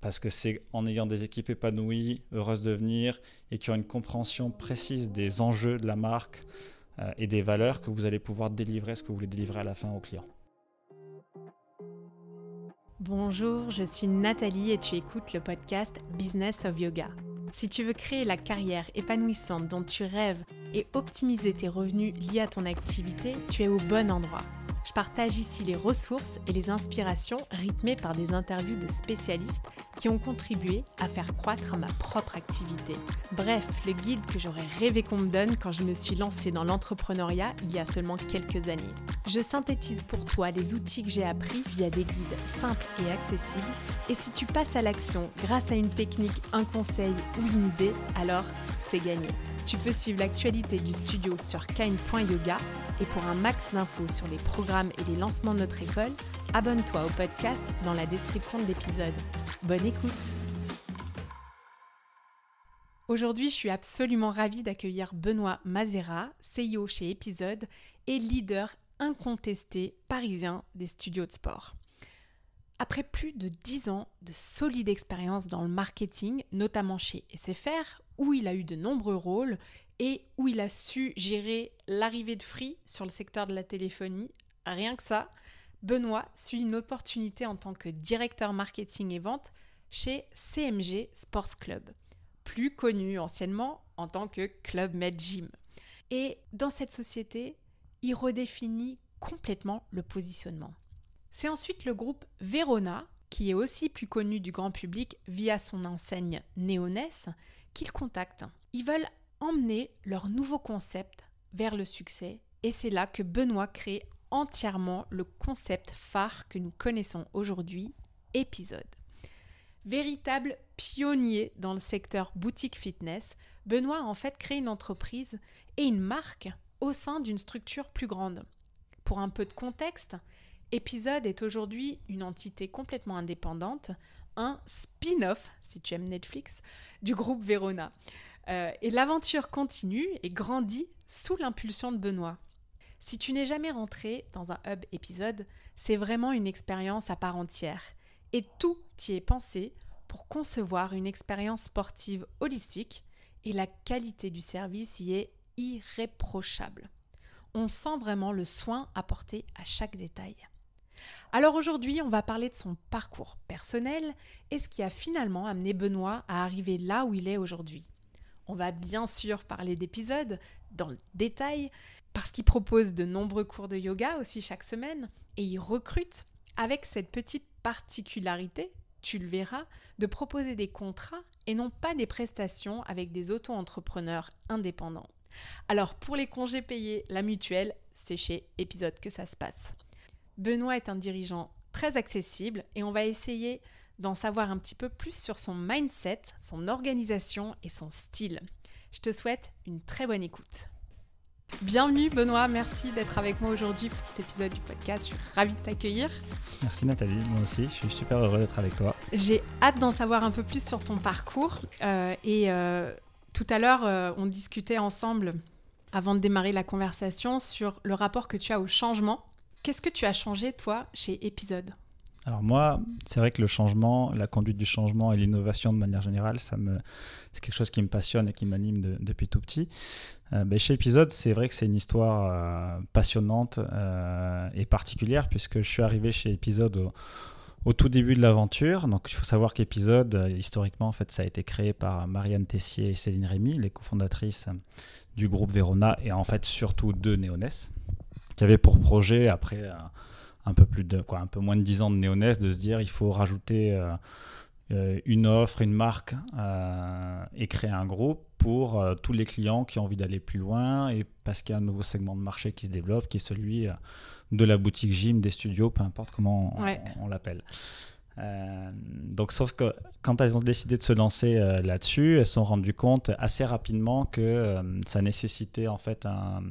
parce que c'est en ayant des équipes épanouies, heureuses de venir et qui ont une compréhension précise des enjeux de la marque et des valeurs que vous allez pouvoir délivrer ce que vous voulez délivrer à la fin aux clients. Bonjour, je suis Nathalie et tu écoutes le podcast Business of Yoga. Si tu veux créer la carrière épanouissante dont tu rêves et optimiser tes revenus liés à ton activité, tu es au bon endroit. Je partage ici les ressources et les inspirations rythmées par des interviews de spécialistes qui ont contribué à faire croître ma propre activité. Bref, le guide que j'aurais rêvé qu'on me donne quand je me suis lancée dans l'entrepreneuriat il y a seulement quelques années. Je synthétise pour toi les outils que j'ai appris via des guides simples et accessibles. Et si tu passes à l'action grâce à une technique, un conseil ou une idée, alors c'est gagné. Tu peux suivre l'actualité du studio sur kind.yoga et pour un max d'infos sur les programmes et les lancements de notre école, abonne-toi au podcast dans la description de l'épisode. Bonne écoute! Aujourd'hui, je suis absolument ravie d'accueillir Benoît Mazera, CEO chez Episode et leader incontesté parisien des studios de sport. Après plus de 10 ans de solide expérience dans le marketing, notamment chez SFR, où il a eu de nombreux rôles et où il a su gérer l'arrivée de Free sur le secteur de la téléphonie, rien que ça, Benoît suit une opportunité en tant que directeur marketing et vente chez CMG Sports Club, plus connu anciennement en tant que Club Med Gym. Et dans cette société, il redéfinit complètement le positionnement. C'est ensuite le groupe Verona, qui est aussi plus connu du grand public via son enseigne Néoness, qu'ils contactent. Ils veulent emmener leur nouveau concept vers le succès et c'est là que Benoît crée entièrement le concept phare que nous connaissons aujourd'hui, Episode. Véritable pionnier dans le secteur boutique fitness, Benoît a en fait créé une entreprise et une marque au sein d'une structure plus grande. Pour un peu de contexte, Episode est aujourd'hui une entité complètement indépendante, un spin-off, si tu aimes Netflix, du groupe Verona. Et l'aventure continue et grandit sous l'impulsion de Benoît. Si tu n'es jamais rentré dans un hub Episode, c'est vraiment une expérience à part entière. Et tout y est pensé pour concevoir une expérience sportive holistique et la qualité du service y est irréprochable. On sent vraiment le soin apporté à chaque détail. Alors aujourd'hui, on va parler de son parcours personnel et ce qui a finalement amené Benoît à arriver là où il est aujourd'hui. On va bien sûr parler d'épisodes dans le détail parce qu'il propose de nombreux cours de yoga aussi chaque semaine et il recrute avec cette petite particularité, tu le verras, de proposer des contrats et non pas des prestations avec des auto-entrepreneurs indépendants. Alors pour les congés payés, la mutuelle, c'est chez Episode que ça se passe. Benoît est un dirigeant très accessible et on va essayer d'en savoir un petit peu plus sur son mindset, son organisation et son style. Je te souhaite une très bonne écoute. Bienvenue Benoît, merci d'être avec moi aujourd'hui pour cet épisode du podcast. Je suis ravie de t'accueillir. Merci Nathalie, moi aussi, je suis super heureux d'être avec toi. J'ai hâte d'en savoir un peu plus sur ton parcours tout à l'heure, on discutait ensemble avant de démarrer la conversation sur le rapport que tu as au changement. Qu'est-ce que tu as changé, toi, chez Episode ? Alors moi, c'est vrai que le changement, la conduite du changement et l'innovation de manière générale, c'est quelque chose qui me passionne et qui m'anime depuis tout petit. Chez Episode, c'est vrai que c'est une histoire passionnante et particulière puisque je suis arrivé chez Episode au tout début de l'aventure. Donc il faut savoir qu'Episode, historiquement, en fait, ça a été créé par Marianne Tessier et Céline Rémy, les cofondatrices du groupe Verona et en fait surtout de Néoness, qui avait pour projet, après un peu moins de 10 ans de Néoness, de se dire il faut rajouter une offre, une marque et créer un groupe pour tous les clients qui ont envie d'aller plus loin et parce qu'il y a un nouveau segment de marché qui se développe, qui est celui de la boutique gym, des studios, peu importe comment on l'appelle. Donc, sauf que quand elles ont décidé de se lancer là-dessus, elles se sont rendues compte assez rapidement que ça nécessitait en fait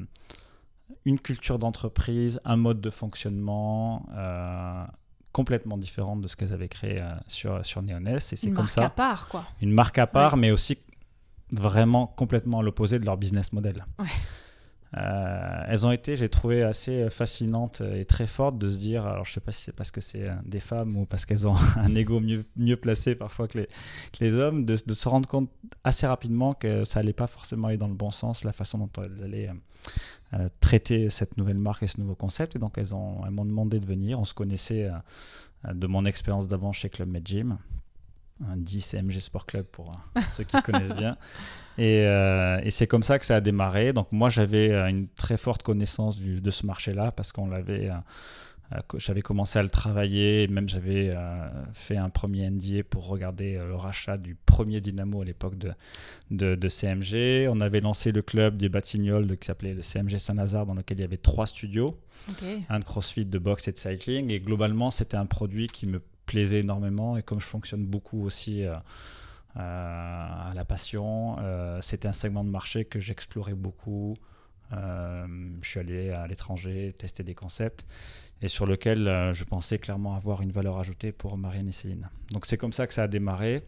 une culture d'entreprise, un mode de fonctionnement complètement différente de ce qu'elles avaient créé sur Néoness. Et c'est une comme marque ça, à part, quoi. Une marque à part, mais aussi vraiment complètement à l'opposé de leur business model. Ouais. elles ont été, j'ai trouvé, assez fascinantes et très fortes de se dire, alors je ne sais pas si c'est parce que c'est des femmes ou parce qu'elles ont un ego mieux placé parfois que les hommes, de se rendre compte assez rapidement que ça n'allait pas forcément aller dans le bon sens, la façon dont elles allaient traiter cette nouvelle marque et ce nouveau concept. Et donc elles m'ont demandé de venir. On se connaissait de mon expérience d'avant chez Club Med Gym, un 10 CMG Sport Club pour ceux qui connaissent bien. Et c'est comme ça que ça a démarré. Donc moi, j'avais une très forte connaissance de ce marché-là parce j'avais commencé à le travailler. Même j'avais fait un premier NDA pour regarder le rachat du premier Dynamo à l'époque de CMG. On avait lancé le club des Batignolles qui s'appelait le CMG Saint-Lazare, dans lequel il y avait 3 studios, un de CrossFit, de boxe et de cycling. Et globalement, c'était un produit qui me plaisait énormément. Et comme je fonctionne beaucoup aussi à la passion, c'était un segment de marché que j'explorais beaucoup. Je suis allé à l'étranger tester des concepts et sur lequel je pensais clairement avoir une valeur ajoutée pour Marianne et Céline. Donc c'est comme ça que ça a démarré.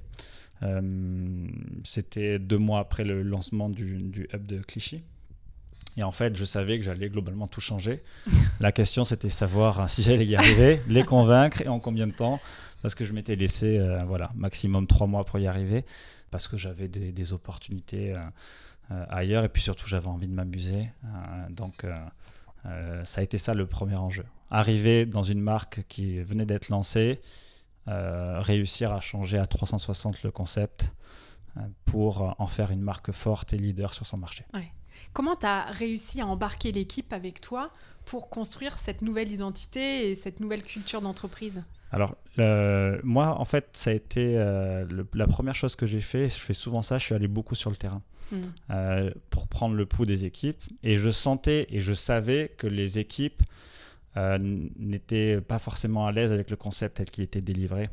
C'était 2 mois après le lancement du hub de Clichy. Et en fait, je savais que j'allais globalement tout changer. La question, c'était savoir si j'allais y arriver, les convaincre et en combien de temps. Parce que je m'étais laissé maximum 3 mois pour y arriver, parce que j'avais des opportunités ailleurs, et puis surtout j'avais envie de m'amuser. Donc ça a été ça le premier enjeu. Arriver dans une marque qui venait d'être lancée, réussir à changer à 360 le concept pour en faire une marque forte et leader sur son marché. Ouais. Comment tu as réussi à embarquer l'équipe avec toi pour construire cette nouvelle identité et cette nouvelle culture d'entreprise ? Alors, moi, en fait, ça a été la première chose que j'ai fait. Je fais souvent ça, je suis allé beaucoup sur le terrain pour prendre le pouls des équipes. Et je sentais et je savais que les équipes n'étaient pas forcément à l'aise avec le concept tel qu'il était délivré.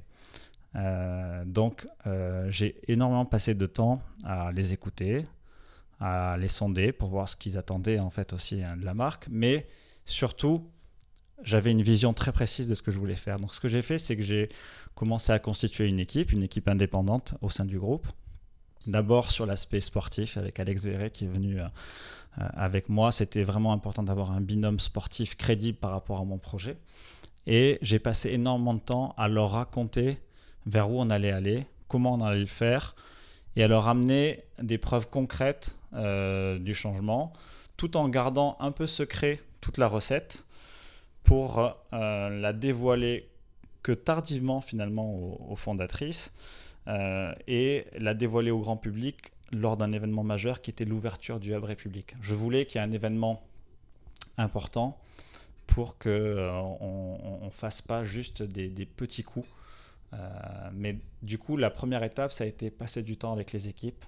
Donc, j'ai énormément passé de temps à les écouter, à les sonder pour voir ce qu'ils attendaient en fait aussi de la marque. Mais surtout, j'avais une vision très précise de ce que je voulais faire. Donc, ce que j'ai fait, c'est que j'ai commencé à constituer une équipe indépendante au sein du groupe. D'abord sur l'aspect sportif avec Alex Verret qui est venu avec moi. C'était vraiment important d'avoir un binôme sportif crédible par rapport à mon projet. Et j'ai passé énormément de temps à leur raconter vers où on allait aller, comment on allait le faire, et à leur amener des preuves concrètes du changement, tout en gardant un peu secret toute la recette pour la dévoiler que tardivement finalement aux fondatrices et la dévoiler au grand public lors d'un événement majeur qui était l'ouverture du Hub République. Je voulais qu'il y ait un événement important pour qu'on ne fasse pas juste des petits coups. Mais du coup, la première étape, ça a été passer du temps avec les équipes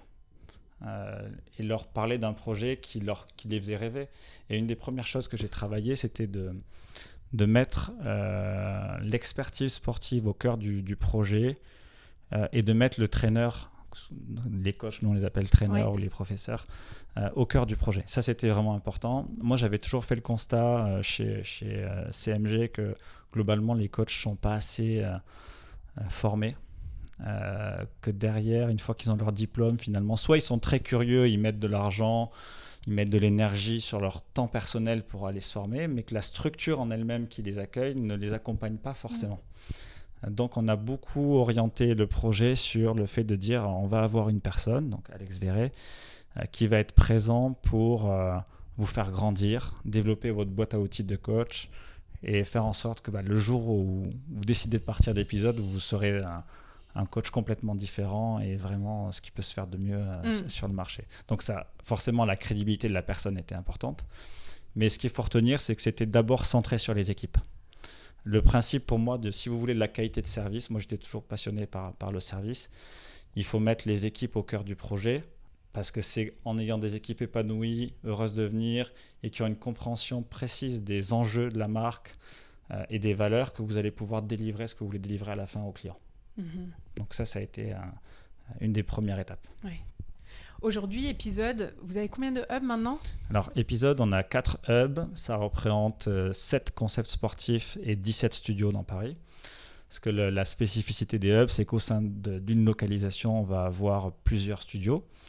et leur parler d'un projet qui les faisait rêver. Et une des premières choses que j'ai travaillé, c'était de mettre l'expertise sportive au cœur du projet et de mettre le traîneur, les coachs, nous on les appelle traîneurs ou les professeurs, au cœur du projet. Ça, c'était vraiment important. Moi, j'avais toujours fait le constat chez CMG que globalement, les coachs ne sont pas assez formés. Que derrière, une fois qu'ils ont leur diplôme, finalement, soit ils sont très curieux, ils mettent de l'argent, ils mettent de l'énergie sur leur temps personnel pour aller se former, mais que la structure en elle-même qui les accueille ne les accompagne pas forcément. Donc, on a beaucoup orienté le projet sur le fait de dire on va avoir une personne, donc Alex Verret, qui va être présent pour vous faire grandir, développer votre boîte à outils de coach et faire en sorte que le jour où vous décidez de partir d'épisode, vous serez un coach complètement différent et vraiment ce qui peut se faire de mieux sur le marché. Donc ça, forcément, la crédibilité de la personne était importante. Mais ce qu'il faut retenir, c'est que c'était d'abord centré sur les équipes. Le principe pour moi, si vous voulez de la qualité de service, moi j'étais toujours passionné par le service, il faut mettre les équipes au cœur du projet parce que c'est en ayant des équipes épanouies, heureuses de venir et qui ont une compréhension précise des enjeux de la marque et des valeurs que vous allez pouvoir délivrer ce que vous voulez délivrer à la fin aux clients. Donc ça a été une des premières étapes. Oui. Aujourd'hui, Épisode, vous avez combien de hubs maintenant ? Alors, Épisode, on a 4 hubs. Ça représente 7 concepts sportifs et 17 studios dans Paris. Parce que la spécificité des hubs, c'est qu'au sein d'une localisation, on va avoir plusieurs studios.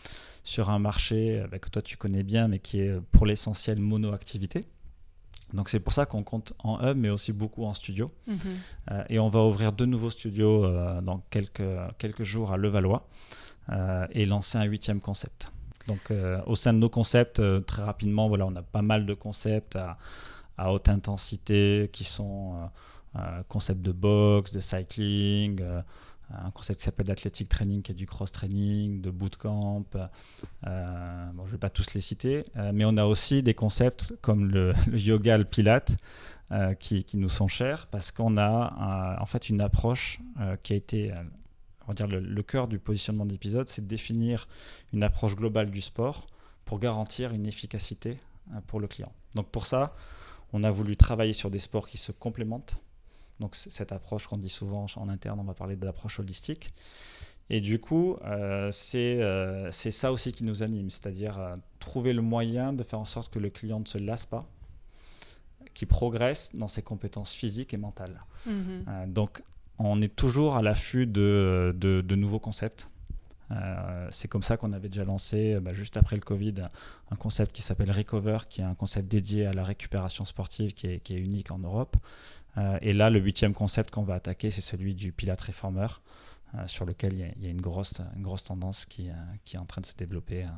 sur un marché que toi tu connais bien, mais qui est pour l'essentiel mono-activité. Donc c'est pour ça qu'on compte en hub, mais aussi beaucoup en studio. Et on va ouvrir 2 nouveaux studios dans quelques jours à Levallois et lancer un 8e concept. Donc au sein de nos concepts, très rapidement, voilà, on a pas mal de concepts à haute intensité qui sont concepts de boxe, de cycling, un concept qui s'appelle d'athletic training qui est du cross-training, de bootcamp. Je ne vais pas tous les citer, mais on a aussi des concepts comme le yoga, le pilate, qui nous sont chers parce qu'on a en fait une approche qui a été, on va dire le cœur du positionnement d'épisode, c'est de définir une approche globale du sport pour garantir une efficacité pour le client. Donc pour ça, on a voulu travailler sur des sports qui se complémentent. Donc cette approche qu'on dit souvent en interne, on va parler de l'approche holistique. Et du coup, c'est ça aussi qui nous anime, c'est-à-dire trouver le moyen de faire en sorte que le client ne se lasse pas, qu'il progresse dans ses compétences physiques et mentales. Donc on est toujours à l'affût de nouveaux concepts. C'est comme ça qu'on avait déjà lancé, juste après le Covid, un concept qui s'appelle Recover, qui est un concept dédié à la récupération sportive qui est unique en Europe. Et là, le 8e concept qu'on va attaquer, c'est celui du Pilate Reformer, sur lequel il y a une grosse tendance qui est en train de se développer,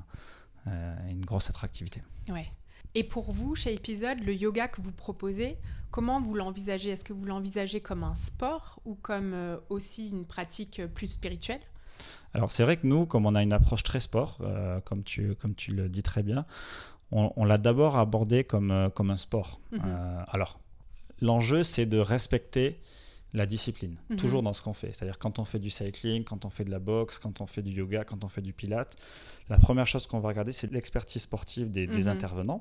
une grosse attractivité. Ouais. Et pour vous, chez Episode, le yoga que vous proposez, comment vous l'envisagez ? Est-ce que vous l'envisagez comme un sport ou comme aussi une pratique plus spirituelle ? Alors c'est vrai que nous, comme on a une approche très sport, comme tu le dis très bien, on l'a d'abord abordé comme un sport. Alors l'enjeu, c'est de respecter la discipline, toujours dans ce qu'on fait. C'est-à-dire quand on fait du cycling, quand on fait de la boxe, quand on fait du yoga, quand on fait du pilate, la première chose qu'on va regarder, c'est l'expertise sportive des intervenants,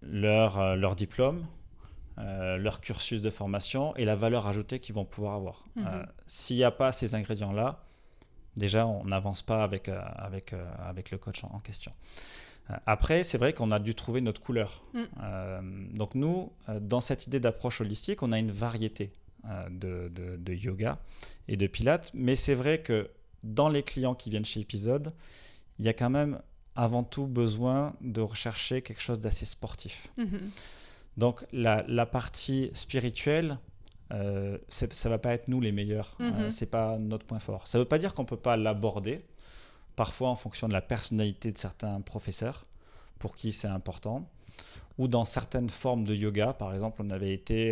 leur diplôme, leur cursus de formation et la valeur ajoutée qu'ils vont pouvoir avoir. S'il n'y a pas ces ingrédients-là, déjà, on n'avance pas avec le coach en question. Après, c'est vrai qu'on a dû trouver notre couleur. Donc nous, dans cette idée d'approche holistique, on a une variété de yoga et de pilates. Mais c'est vrai que dans les clients qui viennent chez Episode, il y a quand même avant tout besoin de rechercher quelque chose d'assez sportif. Donc la partie spirituelle, ça ne va pas être nous les meilleurs. Ce n'est pas notre point fort. Ça ne veut pas dire qu'on ne peut pas l'aborder. Parfois en fonction de la personnalité de certains professeurs pour qui c'est important, ou dans certaines formes de yoga. Par exemple, on avait été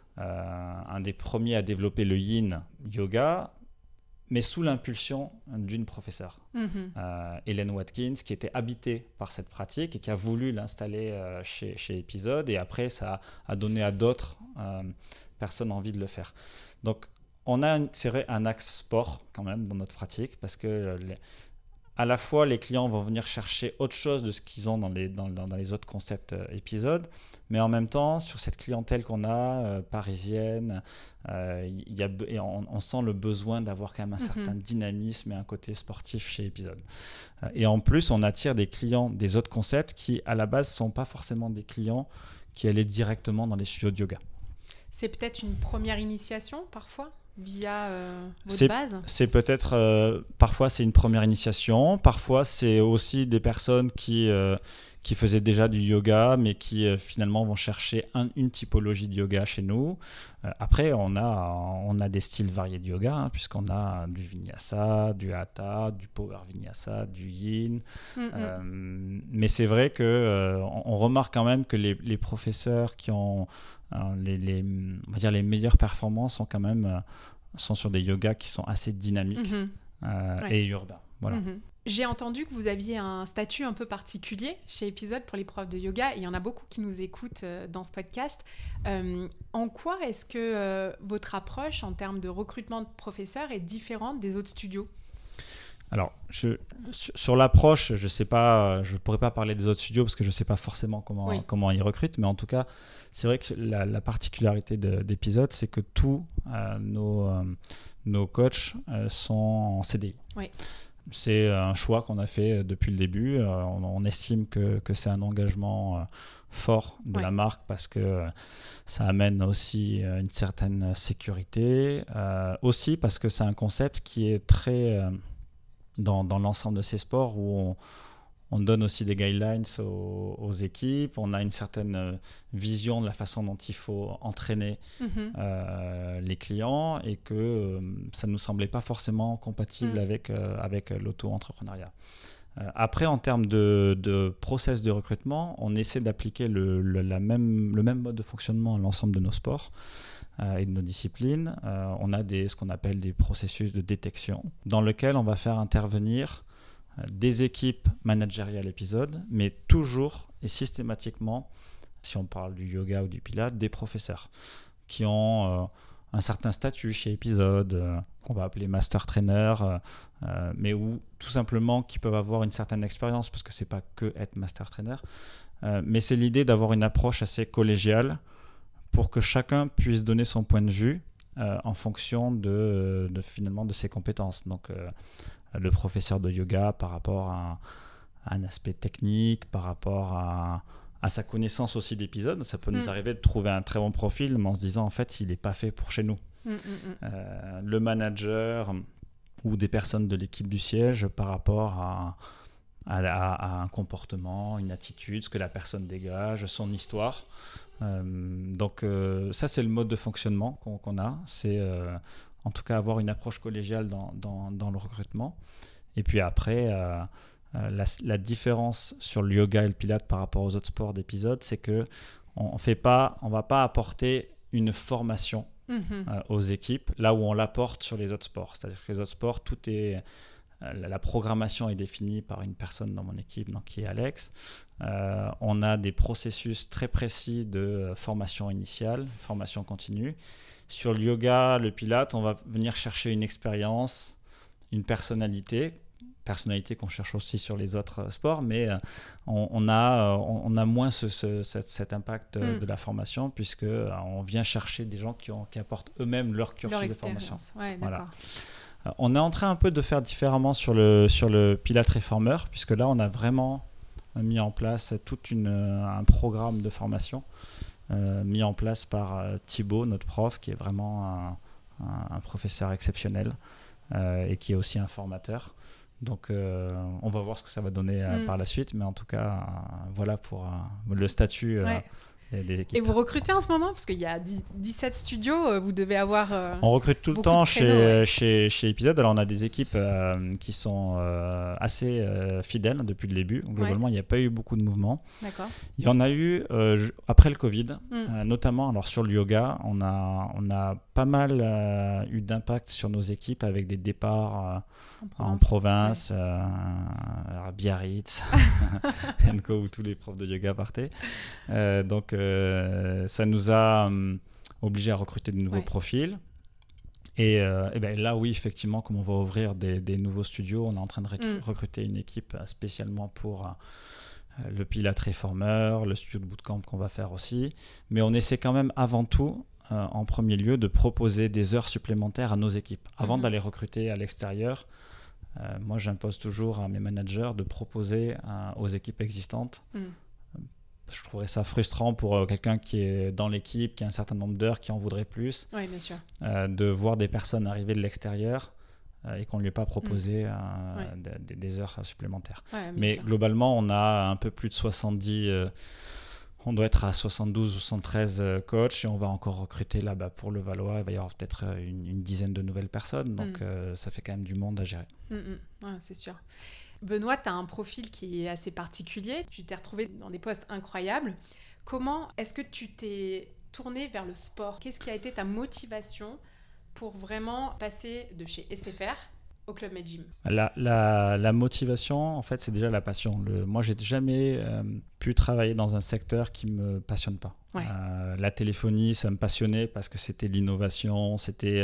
un des premiers à développer le yin yoga, mais sous l'impulsion d'une professeure, Hélène Watkins, qui était habitée par cette pratique et qui a voulu l'installer chez Episode, et après ça a donné à d'autres personnes envie de le faire. Donc on a, c'est vrai, un axe sport quand même dans notre pratique, parce que à la fois, les clients vont venir chercher autre chose de ce qu'ils ont dans les autres concepts épisodes, mais en même temps, sur cette clientèle qu'on a, parisienne, on sent le besoin d'avoir quand même un certain dynamisme et un côté sportif chez Episode. Et en plus, on attire des clients des autres concepts qui, à la base, ne sont pas forcément des clients qui allaient directement dans les studios de yoga. C'est peut-être une première initiation, parfois via votre base ? C'est peut-être, parfois c'est une première initiation, parfois c'est aussi des personnes qui faisaient déjà du yoga, mais qui finalement vont chercher une typologie de yoga chez nous. Après, on a des styles variés de yoga, puisqu'on a du vinyasa, du hatha, du power vinyasa, du yin. Mais c'est vrai qu'on remarque quand même que les professeurs qui ont on va dire les meilleures performances sont sur des yogas qui sont assez dynamiques et urbains. Voilà. J'ai entendu que vous aviez un statut un peu particulier chez Episode pour les profs de yoga, et il y en a beaucoup qui nous écoutent dans ce podcast. En quoi est-ce que votre approche en termes de recrutement de professeurs est différente des autres studios ? Alors, sur l'approche, je sais pas, je pourrais pas parler des autres studios parce que je sais pas forcément comment ils recrutent, mais en tout cas, c'est vrai que la particularité d'Episode, c'est que tous nos coachs sont en CDI. Oui. C'est un choix qu'on a fait depuis le début. On estime que c'est un engagement fort de la marque parce que ça amène aussi une certaine sécurité. Aussi parce que c'est un concept qui est très... dans l'ensemble de ces sports où On donne aussi des guidelines aux équipes. On a une certaine vision de la façon dont il faut entraîner les clients et que ça ne nous semblait pas forcément compatible avec l'auto-entrepreneuriat. Après, en termes de process de recrutement, on essaie d'appliquer le même mode de fonctionnement à l'ensemble de nos sports et de nos disciplines. On a ce qu'on appelle des processus de détection dans lesquels on va faire intervenir des équipes managériales épisodes, mais toujours et systématiquement, si on parle du yoga ou du pilates, des professeurs qui ont un certain statut chez épisode, qu'on va appeler master trainer, mais ou tout simplement qui peuvent avoir une certaine expérience, parce que c'est pas que être master trainer, mais c'est l'idée d'avoir une approche assez collégiale pour que chacun puisse donner son point de vue en fonction finalement de ses compétences. Donc le professeur de yoga par rapport à un aspect technique, par rapport à sa connaissance aussi d'épisodes. Ça peut nous arriver de trouver un très bon profil, mais en se disant en fait il n'est pas fait pour chez nous. Le manager ou des personnes de l'équipe du siège par rapport à un comportement, une attitude, ce que la personne dégage, son histoire. Donc ça c'est le mode de fonctionnement qu'on a. C'est en tout cas avoir une approche collégiale dans le recrutement. Et puis après, la différence sur le yoga et le pilate par rapport aux autres sports d'épisode, c'est qu'on va pas apporter une formation aux équipes là où on l'apporte sur les autres sports. C'est-à-dire que les autres sports, la programmation est définie par une personne dans mon équipe, donc qui est Alex. On a des processus très précis de formation initiale, formation continue. Sur le yoga, le pilate, on va venir chercher une expérience, une personnalité qu'on cherche aussi sur les autres sports, mais on a moins cet impact de la formation, puisque on vient chercher des gens qui apportent eux-mêmes leur cursus de formation. Ouais, voilà. On est en train un peu de faire différemment sur le Pilate Reformer, puisque là on a vraiment mis en place tout un programme de formation mis en place par Thibaut, notre prof, qui est vraiment un professeur exceptionnel et qui est aussi un formateur. Donc on va voir ce que ça va donner par la suite, mais en tout cas voilà pour le statut des équipes. Et vous recrutez en ce moment? Parce qu'il y a 17 studios, vous devez avoir on recrute tout le temps chez Episode. Alors on a des équipes qui sont assez fidèles depuis le début. Globalement, il n'y a pas eu beaucoup de mouvements. D'accord. Il y en a eu après le Covid, notamment alors, sur le yoga. On a pas mal eu d'impact sur nos équipes avec des départs en province, à Biarritz, où tous les profs de yoga partaient. Donc ça nous a obligés à recruter de nouveaux profils. Et ben là, oui, effectivement, comme on va ouvrir des nouveaux studios, on est en train de recruter une équipe spécialement pour le Pilate Reformer, le studio de bootcamp qu'on va faire aussi. Mais on essaie quand même avant tout, en premier lieu, de proposer des heures supplémentaires à nos équipes. Avant d'aller recruter à l'extérieur, moi, j'impose toujours à mes managers de proposer aux équipes existantes. Je trouverais ça frustrant pour quelqu'un qui est dans l'équipe, qui a un certain nombre d'heures, qui en voudrait plus, bien sûr. De voir des personnes arriver de l'extérieur et qu'on ne lui ait pas proposé des heures supplémentaires. Mais sûr. Globalement, on a un peu plus de 70, on doit être à 72 ou 73 coachs et on va encore recruter là-bas pour le Valois. Il va y avoir peut-être une dizaine de nouvelles personnes, donc ça fait quand même du monde à gérer. C'est sûr. Benoît, tu as un profil qui est assez particulier. Tu t'es retrouvé dans des postes incroyables. Comment est-ce que tu t'es tourné vers le sport? Qu'est-ce qui a été ta motivation pour vraiment passer de chez SFR au Club Med Gym? La motivation, en fait, c'est déjà la passion. Moi, j'ai jamais pu travailler dans un secteur qui me passionne pas. La téléphonie, ça me passionnait parce que c'était l'innovation, c'était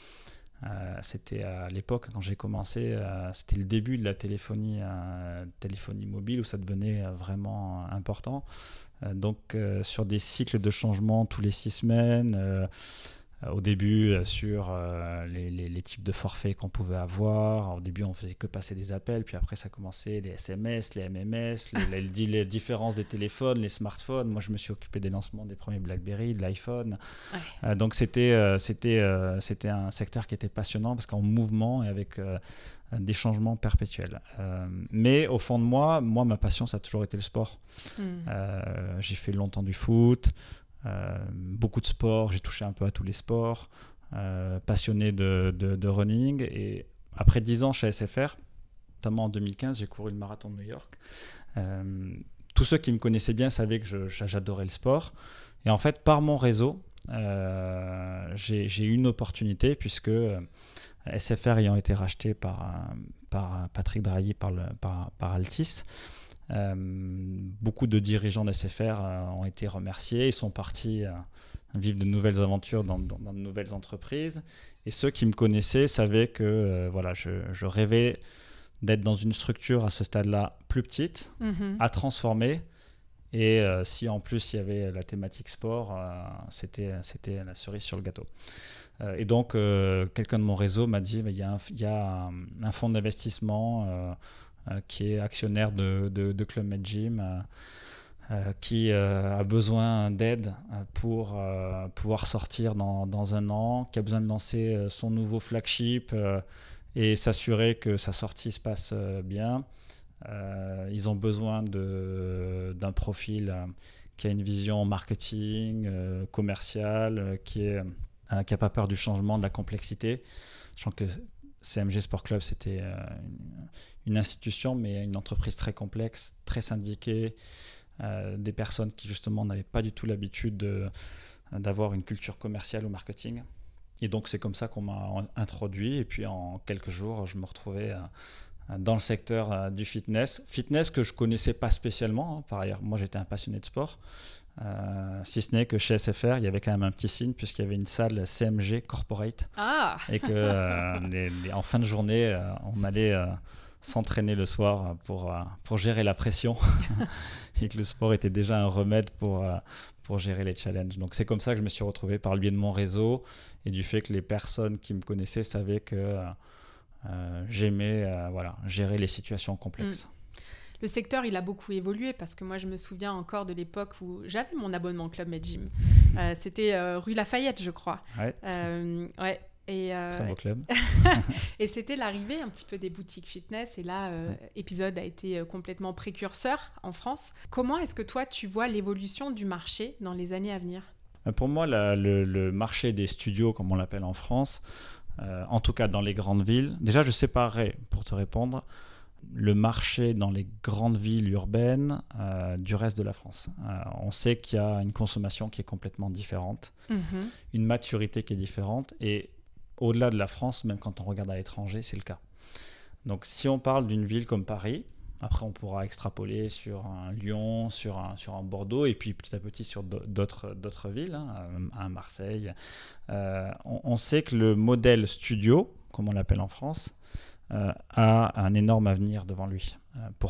à l'époque, quand j'ai commencé, c'était le début de la téléphonie mobile où ça devenait vraiment important. Donc, sur des cycles de changement tous les 6 semaines, Au début, sur les types de forfaits qu'on pouvait avoir. Au début, on faisait que passer des appels, puis après, ça commençait les SMS, les MMS, les différences des téléphones, les smartphones. Moi, je me suis occupé des lancements des premiers BlackBerry, de l'iPhone. Ouais. Donc, c'était un secteur qui était passionnant parce qu'en mouvement et avec des changements perpétuels. Mais au fond de moi, ma passion, ça a toujours été le sport. J'ai fait longtemps du foot. Beaucoup de sport, j'ai touché un peu à tous les sports, passionné de running, et après 10 ans chez SFR, notamment en 2015, j'ai couru le marathon de New York. Tous ceux qui me connaissaient bien savaient que j'adorais le sport, et en fait par mon réseau, j'ai eu une opportunité puisque SFR ayant été racheté par Patrick Drahi par Altis. Beaucoup de dirigeants d'SFR ont été remerciés, ils sont partis vivre de nouvelles aventures dans de nouvelles entreprises, et ceux qui me connaissaient savaient que je rêvais d'être dans une structure à ce stade-là plus petite, à transformer, et si en plus il y avait la thématique sport, c'était la cerise sur le gâteau. Et donc quelqu'un de mon réseau m'a dit il y a un fonds d'investissement qui est actionnaire de Club Med Gym, qui a besoin d'aide pour pouvoir sortir dans un an, qui a besoin de lancer son nouveau flagship et s'assurer que sa sortie se passe bien. Ils ont besoin d'un profil qui a une vision marketing, commerciale, qui n'a pas peur du changement, de la complexité. Je pense que CMG Sport Club, c'était une institution, mais une entreprise très complexe, très syndiquée, des personnes qui justement n'avaient pas du tout l'habitude d'avoir une culture commerciale ou marketing. Et donc c'est comme ça qu'on m'a introduit, et puis en quelques jours, je me retrouvais dans le secteur du fitness que je connaissais pas spécialement. Par ailleurs, moi j'étais un passionné de sport. Si ce n'est que chez SFR, il y avait quand même un petit signe puisqu'il y avait une salle CMG Corporate et que en fin de journée, on allait s'entraîner le soir pour gérer la pression et que le sport était déjà un remède pour gérer les challenges. Donc c'est comme ça que je me suis retrouvé par le biais de mon réseau et du fait que les personnes qui me connaissaient savaient que j'aimais gérer les situations complexes. Le secteur, il a beaucoup évolué parce que moi, je me souviens encore de l'époque où j'avais mon abonnement Club Med Gym. C'était rue Lafayette, je crois. Ouais. Ouais. Très beau club. Et c'était l'arrivée un petit peu des boutiques fitness. Et là, Épisode a été complètement précurseur en France. Comment est-ce que toi, tu vois l'évolution du marché dans les années à venir ? Pour moi, le marché des studios, comme on l'appelle en France, en tout cas dans les grandes villes, déjà, je séparerais, pour te répondre, le marché dans les grandes villes urbaines du reste de la France. On sait qu'il y a une consommation qui est complètement différente, une maturité qui est différente, et au-delà de la France, même quand on regarde à l'étranger, c'est le cas. Donc si on parle d'une ville comme Paris, après on pourra extrapoler sur un Lyon, sur un Bordeaux, et puis petit à petit sur d'autres villes, à Marseille. On sait que le modèle studio, comme on l'appelle en France, a un énorme avenir devant lui. Pourquoi ?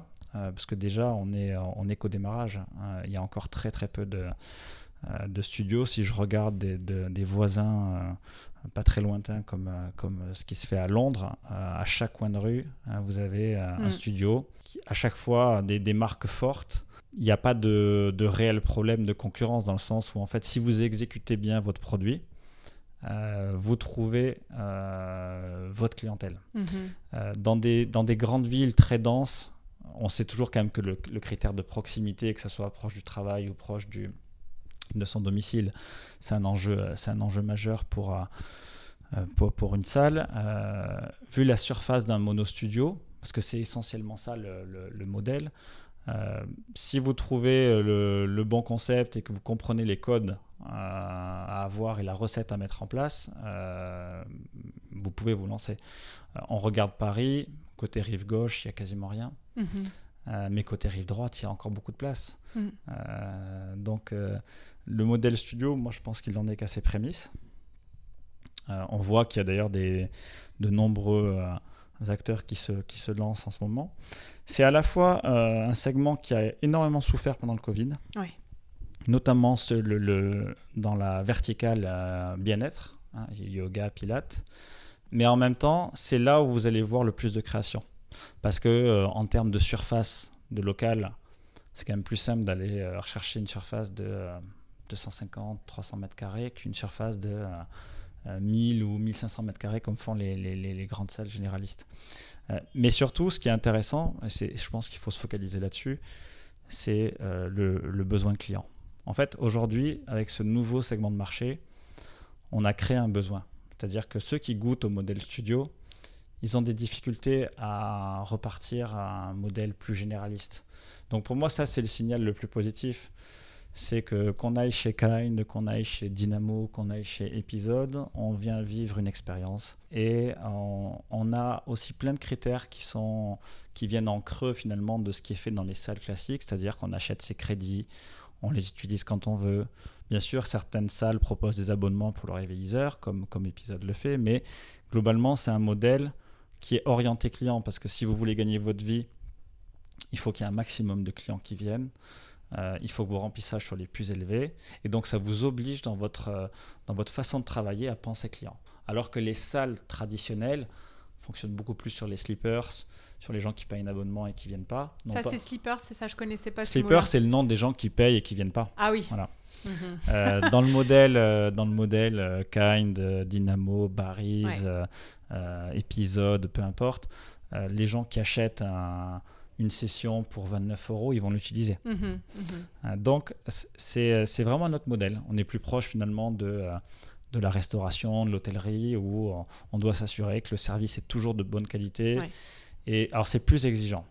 Parce que déjà, on est qu'au démarrage. Il y a encore très très peu de studios. Si je regarde des voisins pas très lointains comme ce qui se fait à Londres, à chaque coin de rue, vous avez un studio. À chaque fois, des marques fortes. Il n'y a pas de réel problème de concurrence dans le sens où en fait, si vous exécutez bien votre produit, vous trouvez votre clientèle. Dans des grandes villes très denses, on sait toujours quand même que le critère de proximité, que ce soit proche du travail ou proche de son domicile, c'est un enjeu majeur pour une salle. Vu la surface d'un monostudio, parce que c'est essentiellement ça le modèle, si vous trouvez le bon concept et que vous comprenez les codes à avoir et la recette à mettre en place, vous pouvez vous lancer. On regarde Paris, côté rive gauche, il n'y a quasiment rien. Mais côté rive droite, il y a encore beaucoup de place. Donc, le modèle studio, moi, je pense qu'il n'en est qu'à ses prémices. On voit qu'il y a d'ailleurs de nombreux acteurs qui se lancent en ce moment. C'est à la fois un segment qui a énormément souffert pendant le Covid. Ouais. notamment dans la verticale bien-être, hein, yoga, pilates. Mais en même temps, c'est là où vous allez voir le plus de création. Parce que en termes de surface de local, c'est quand même plus simple d'aller rechercher une surface de 250, 300 mètres carrés qu'une surface de 1000 ou 1500 mètres carrés comme font les grandes salles généralistes. Mais surtout, ce qui est intéressant, et je pense qu'il faut se focaliser là-dessus, c'est le besoin client. En fait, aujourd'hui, avec ce nouveau segment de marché, on a créé un besoin. C'est-à-dire que ceux qui goûtent au modèle studio, ils ont des difficultés à repartir à un modèle plus généraliste. Donc pour moi, ça, c'est le signal le plus positif. C'est que qu'on aille chez Kind, qu'on aille chez Dynamo, qu'on aille chez Episode, on vient vivre une expérience. Et on a aussi plein de critères qui viennent en creux finalement de ce qui est fait dans les salles classiques, c'est-à-dire qu'on achète ses crédits, on les utilise quand on veut. Bien sûr, certaines salles proposent des abonnements pour leurs réviseurs, comme Episode le fait, mais globalement, c'est un modèle qui est orienté client, parce que si vous voulez gagner votre vie, il faut qu'il y ait un maximum de clients qui viennent. Il faut que vos remplissages soient les plus élevés. Et donc, ça vous oblige dans votre façon de travailler à penser client. Alors que les salles traditionnelles fonctionnent beaucoup plus sur les sleepers, sur les gens qui payent un abonnement et qui ne viennent pas. C'est sleepers, c'est ça, je ne connaissais pas. Sleepers, c'est le nom des gens qui payent et qui ne viennent pas. Ah oui. Voilà. Dans le modèle Kind, Dynamo, Barry's, Episode, peu importe, les gens qui achètent une session pour 29 €, ils vont l'utiliser. Donc, c'est vraiment notre modèle. On est plus proche finalement de la restauration, de l'hôtellerie, où on doit s'assurer que le service est toujours de bonne qualité. Ouais. Et alors, c'est plus exigeant.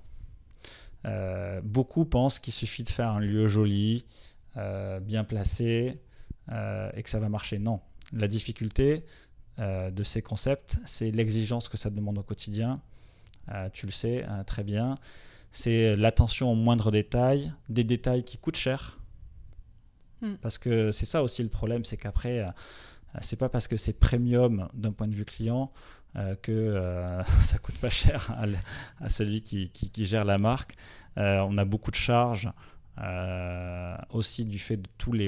Beaucoup pensent qu'il suffit de faire un lieu joli, bien placé, et que ça va marcher. Non. La difficulté de ces concepts, c'est l'exigence que ça demande au quotidien. Tu le sais très bien. C'est l'attention aux moindres détails, des détails qui coûtent cher. Parce que c'est ça aussi le problème, c'est qu'après, c'est pas parce que c'est premium d'un point de vue client que ça coûte pas cher à celui qui gère la marque. On a beaucoup de charges aussi du fait de tous les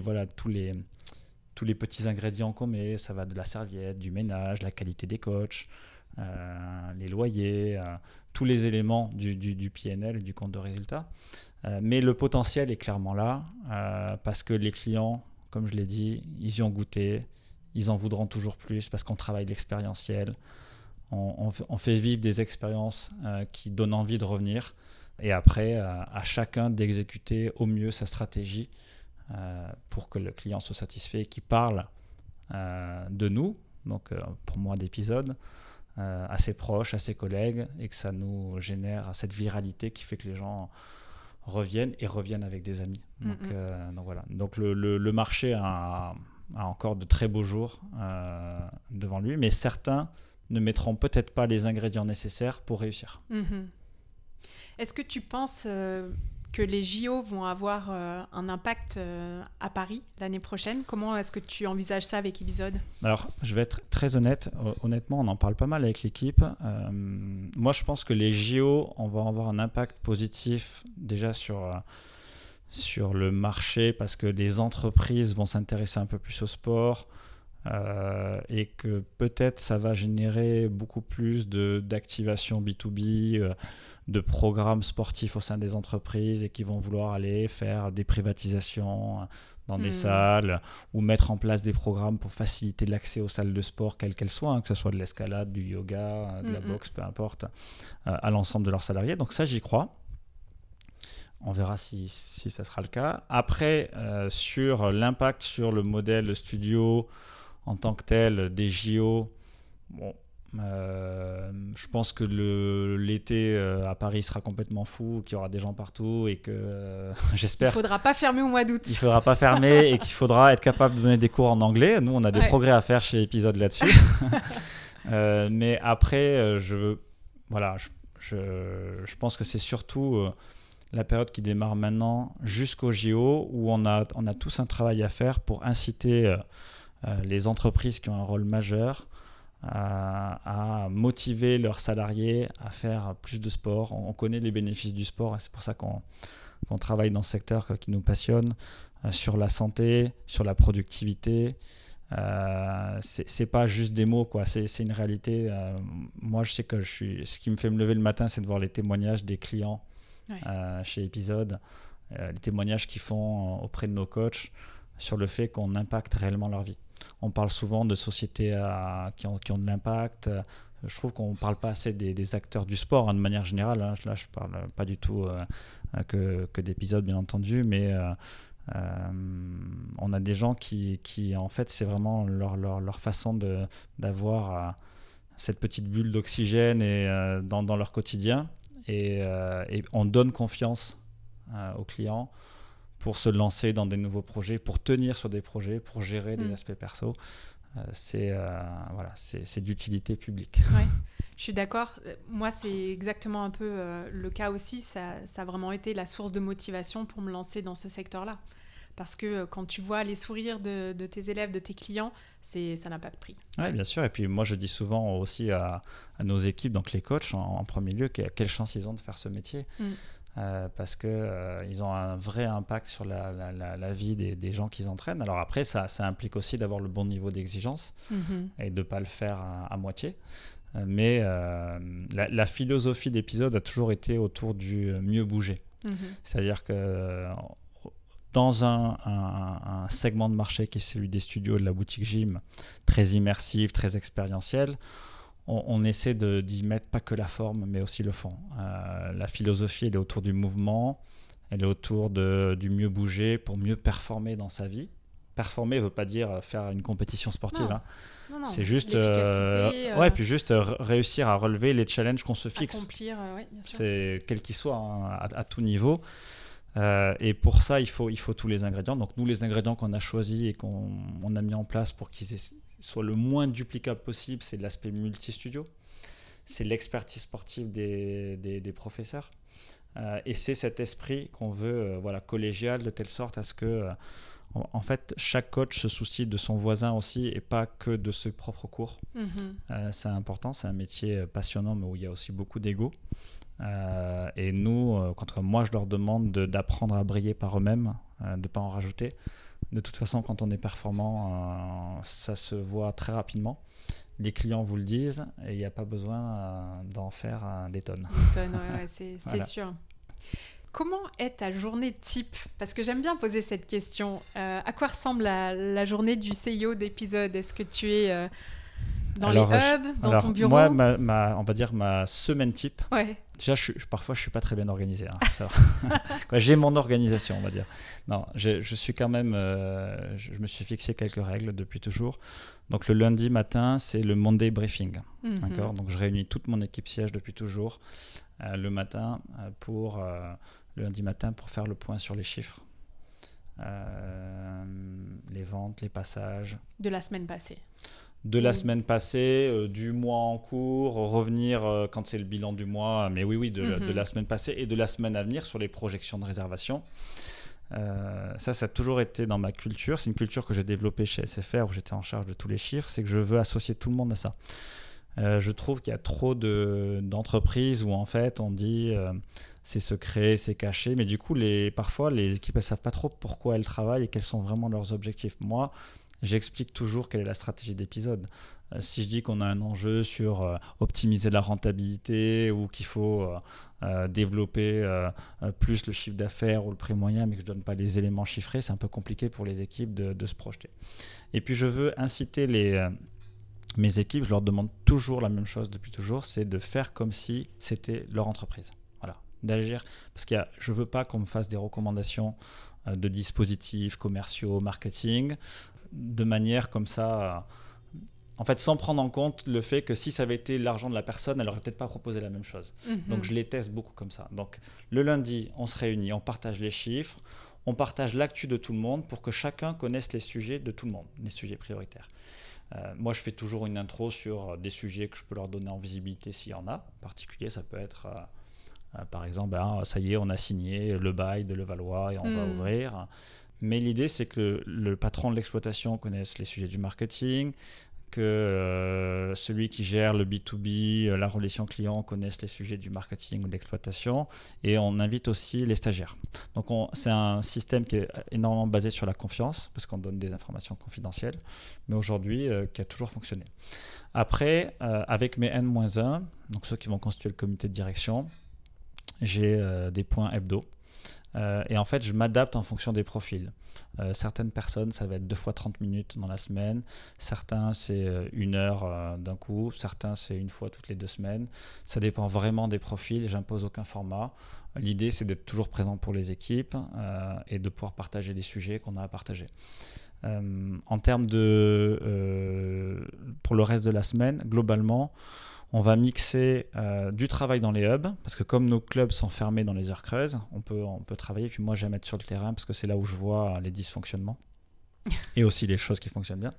petits ingrédients qu'on met. Ça va de la serviette, du ménage, la qualité des coachs, les loyers, tous les éléments du PNL, du compte de résultat. Mais le potentiel est clairement là parce que les clients, comme je l'ai dit, ils y ont goûté, ils en voudront toujours plus parce qu'on travaille l'expérientiel, on fait vivre des expériences qui donnent envie de revenir, et après à chacun d'exécuter au mieux sa stratégie pour que le client soit satisfait et qu'il parle de nous, donc pour moi d'Episode, à ses proches, à ses collègues, et que ça nous génère cette viralité qui fait que les gens reviennent avec des amis. Donc voilà. Donc le marché a encore de très beaux jours devant lui, mais certains ne mettront peut-être pas les ingrédients nécessaires pour réussir. Est-ce que tu penses que les JO vont avoir un impact à Paris l'année prochaine? Comment est-ce que tu envisages ça avec Episode? Alors, je vais être très honnête. Honnêtement, on en parle pas mal avec l'équipe. Moi, je pense que les JO, on va avoir un impact positif déjà sur le marché, parce que des entreprises vont s'intéresser un peu plus au sport, et que peut-être ça va générer beaucoup plus d'activation B2B, de programmes sportifs au sein des entreprises, et qui vont vouloir aller faire des privatisations dans des salles, ou mettre en place des programmes pour faciliter l'accès aux salles de sport, quelles qu'elles soient, que ce soit de l'escalade, du yoga, de la boxe, peu importe, à l'ensemble de leurs salariés. Donc ça, j'y crois. On verra si ça sera le cas. Après, sur l'impact sur le modèle studio en tant que tel des JO, je pense que l'été à Paris sera complètement fou, qu'il y aura des gens partout, et que j'espère... Il ne faudra pas fermer au mois d'août. Il ne faudra pas fermer, et qu'il faudra être capable de donner des cours en anglais. Nous, on a des progrès à faire chez Episode là-dessus. Mais après, je pense que c'est surtout la période qui démarre maintenant jusqu'au JO, où on a tous un travail à faire pour inciter les entreprises qui ont un rôle majeur à motiver leurs salariés à faire plus de sport. On connaît les bénéfices du sport, et c'est pour ça qu'on qu'on travaille dans ce secteur qui nous passionne, sur la santé, sur la productivité. C'est pas juste des mots, quoi. C'est une réalité. Moi, je sais que ce qui me fait me lever le matin, c'est de voir les témoignages des clients chez Episode, les témoignages qu'ils font auprès de nos coachs sur le fait qu'on impacte réellement leur vie. On parle souvent de sociétés qui ont de l'impact. Je trouve qu'on ne parle pas assez des acteurs du sport, de manière générale. Là, je ne parle pas du tout que d'Episode, bien entendu, mais on a des gens qui en fait, c'est vraiment leur façon d'avoir cette petite bulle d'oxygène dans leur quotidien. Et on donne confiance aux clients pour se lancer dans des nouveaux projets, pour tenir sur des projets, pour gérer des aspects perso. C'est d'utilité publique. Ouais, je suis d'accord. Moi, c'est exactement un peu le cas aussi. Ça a vraiment été la source de motivation pour me lancer dans ce secteur-là. Parce que quand tu vois les sourires de tes élèves, de tes clients, ça n'a pas de prix. Oui, bien sûr. Et puis moi, je dis souvent aussi à nos équipes, donc les coachs en premier lieu, quelle chance ils ont de faire ce métier. Parce qu'ils ont un vrai impact sur la vie des gens qu'ils entraînent. Alors après, ça implique aussi d'avoir le bon niveau d'exigence et de ne pas le faire à moitié. Mais la philosophie d'Episode a toujours été autour du mieux bouger. C'est-à-dire que dans un segment de marché qui est celui des studios, de la boutique gym, très immersif, très expérientiel, on essaie d'y mettre pas que la forme, mais aussi le fond. La philosophie, elle est autour du mouvement, elle est autour du mieux bouger pour mieux performer dans sa vie. Performer ne veut pas dire faire une compétition sportive. Non, c'est juste, puis juste réussir à relever les challenges qu'on se fixe. Accomplir, bien sûr. C'est quel qu'il soit, à tout niveau. Et pour ça, il faut tous les ingrédients. Donc nous, les ingrédients qu'on a choisis et qu'on a mis en place pour qu'ils soient le moins duplicables possible, c'est l'aspect multi-studio, c'est l'expertise sportive des professeurs, et c'est cet esprit qu'on veut collégial, de telle sorte à ce que en fait, chaque coach se soucie de son voisin aussi et pas que de ses propres cours. C'est important, c'est un métier passionnant, mais où il y a aussi beaucoup d'ego. Et nous, quand moi je leur demande d'apprendre à briller par eux-mêmes, de ne pas en rajouter. De toute façon, quand on est performant, ça se voit très rapidement. Les clients vous le disent et il n'y a pas besoin d'en faire des tonnes. Des tonnes, c'est voilà. Sûr. Comment est ta journée type ? Parce que j'aime bien poser cette question. À quoi ressemble la journée du CEO d'Episode ? Est-ce que tu es dans les hubs, dans ton bureau ? Moi, on va dire ma semaine type. Ouais. Déjà, parfois, je ne suis pas très bien organisé. J'ai mon organisation, on va dire. Non, je suis quand même... je me suis fixé quelques règles depuis toujours. Donc, le lundi matin, c'est le Monday Briefing. D'accord ? Donc, je réunis toute mon équipe siège depuis toujours le matin le lundi matin pour faire le point sur les chiffres. Les ventes, les passages. De la semaine passée. De la semaine passée, du mois en cours, revenir quand c'est le bilan du mois, mais de la semaine passée et de la semaine à venir sur les projections de réservation. Ça a toujours été dans ma culture. C'est une culture que j'ai développée chez SFR où j'étais en charge de tous les chiffres. C'est que je veux associer tout le monde à ça. Je trouve qu'il y a trop d'entreprises où en fait on dit c'est secret, c'est caché, mais du coup parfois les équipes elles savent pas trop pourquoi elles travaillent et quels sont vraiment leurs objectifs. Moi, j'explique toujours quelle est la stratégie d'Episode. Si je dis qu'on a un enjeu sur optimiser la rentabilité ou qu'il faut développer plus le chiffre d'affaires ou le prix moyen, mais que je ne donne pas les éléments chiffrés, c'est un peu compliqué pour les équipes de se projeter. Et puis je veux inciter mes équipes, je leur demande toujours la même chose depuis toujours, c'est de faire comme si c'était leur entreprise. Voilà, d'agir. Parce que je ne veux pas qu'on me fasse des recommandations de dispositifs commerciaux, marketing, de manière comme ça, en fait, sans prendre en compte le fait que si ça avait été l'argent de la personne, elle n'aurait peut-être pas proposé la même chose. Donc, je les teste beaucoup comme ça. Donc, le lundi, on se réunit, on partage les chiffres, on partage l'actu de tout le monde pour que chacun connaisse les sujets de tout le monde, les sujets prioritaires. Moi, je fais toujours une intro sur des sujets que je peux leur donner en visibilité s'il y en a. En particulier, ça peut être, par exemple, ça y est, on a signé le bail de Levallois et on va ouvrir. Mais l'idée, c'est que le patron de l'exploitation connaisse les sujets du marketing, que celui qui gère le B2B, la relation client, connaisse les sujets du marketing ou de l'exploitation. Et on invite aussi les stagiaires. Donc, c'est un système qui est énormément basé sur la confiance, parce qu'on donne des informations confidentielles, mais aujourd'hui, qui a toujours fonctionné. Après, avec mes N-1, donc ceux qui vont constituer le comité de direction, j'ai des points hebdo. Et en fait, je m'adapte en fonction des profils. Certaines personnes, ça va être 2 fois 30 minutes dans la semaine. Certains, c'est 1 heure d'un coup. Certains, c'est 1 fois toutes les 2 semaines. Ça dépend vraiment des profils. J'impose aucun format. L'idée, c'est d'être toujours présent pour les équipes et de pouvoir partager des sujets qu'on a à partager. En termes pour le reste de la semaine, globalement, on va mixer du travail dans les hubs, parce que comme nos clubs sont fermés dans les heures creuses, on peut travailler. Puis moi, j'aime être sur le terrain, parce que c'est là où je vois les dysfonctionnements et aussi les choses qui fonctionnent bien.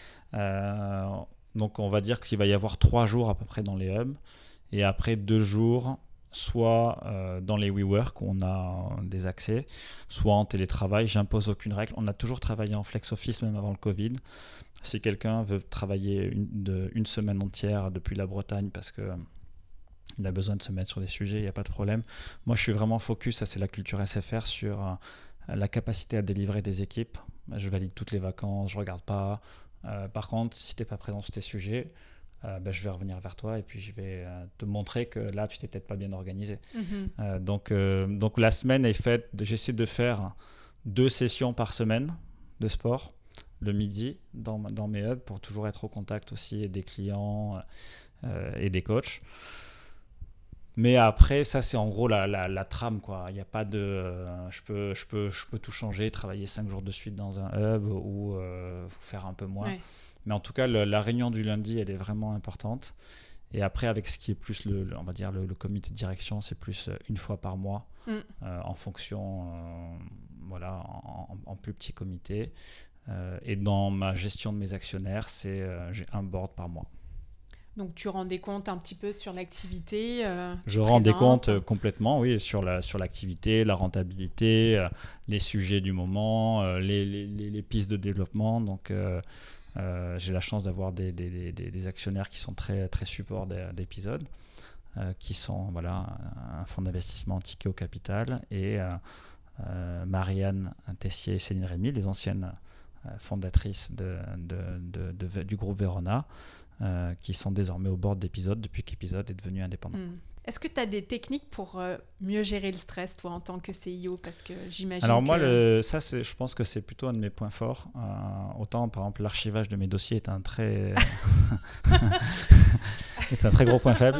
Donc, on va dire qu'il va y avoir 3 jours à peu près dans les hubs, et après 2 jours, soit dans les WeWork, où on a des accès, soit en télétravail. J'impose aucune règle. On a toujours travaillé en flex office, même avant le Covid. Si quelqu'un veut travailler une semaine entière depuis la Bretagne parce qu'il a besoin de se mettre sur des sujets, il n'y a pas de problème. Moi, je suis vraiment focus, ça c'est la culture SFR, sur la capacité à délivrer des équipes. Je valide toutes les vacances, je ne regarde pas. Par contre, si tu n'es pas présent sur tes sujets, je vais revenir vers toi et puis je vais te montrer que là, tu t'es peut-être pas bien organisé. Donc, la semaine est faite, j'essaie de faire 2 sessions par semaine de sport. Le midi dans mes hubs pour toujours être au contact aussi des clients et des coachs. Mais après, ça c'est en gros la trame, quoi. Il n'y a pas de je peux tout changer, travailler 5 jours de suite dans un hub ou faire un peu moins. Ouais. Mais en tout cas, la réunion du lundi, elle est vraiment importante. Et après, avec ce qui est plus on va dire le comité de direction, c'est plus 1 fois par mois en fonction, voilà, en plus petit comité. Et dans ma gestion de mes actionnaires, j'ai un board par mois. Donc tu rends des comptes un petit peu sur l'activité Je rends des comptes complètement, oui, sur l'activité, la rentabilité, les sujets du moment, les pistes de développement. Donc j'ai la chance d'avoir des actionnaires qui sont très, très supports d'épisodes, qui sont voilà, un fonds d'investissement Tikeo Capital et Marianne Tessier et Céline Rémy, les anciennes fondatrices du groupe Verona, qui sont désormais au board d'Épisode depuis qu'Épisode est devenu indépendant. Est-ce que tu as des techniques pour mieux gérer le stress, toi, en tant que CIO? Parce que j'imagine Alors moi, je pense que c'est plutôt un de mes points forts. Autant, par exemple, l'archivage de mes dossiers est un très gros point faible.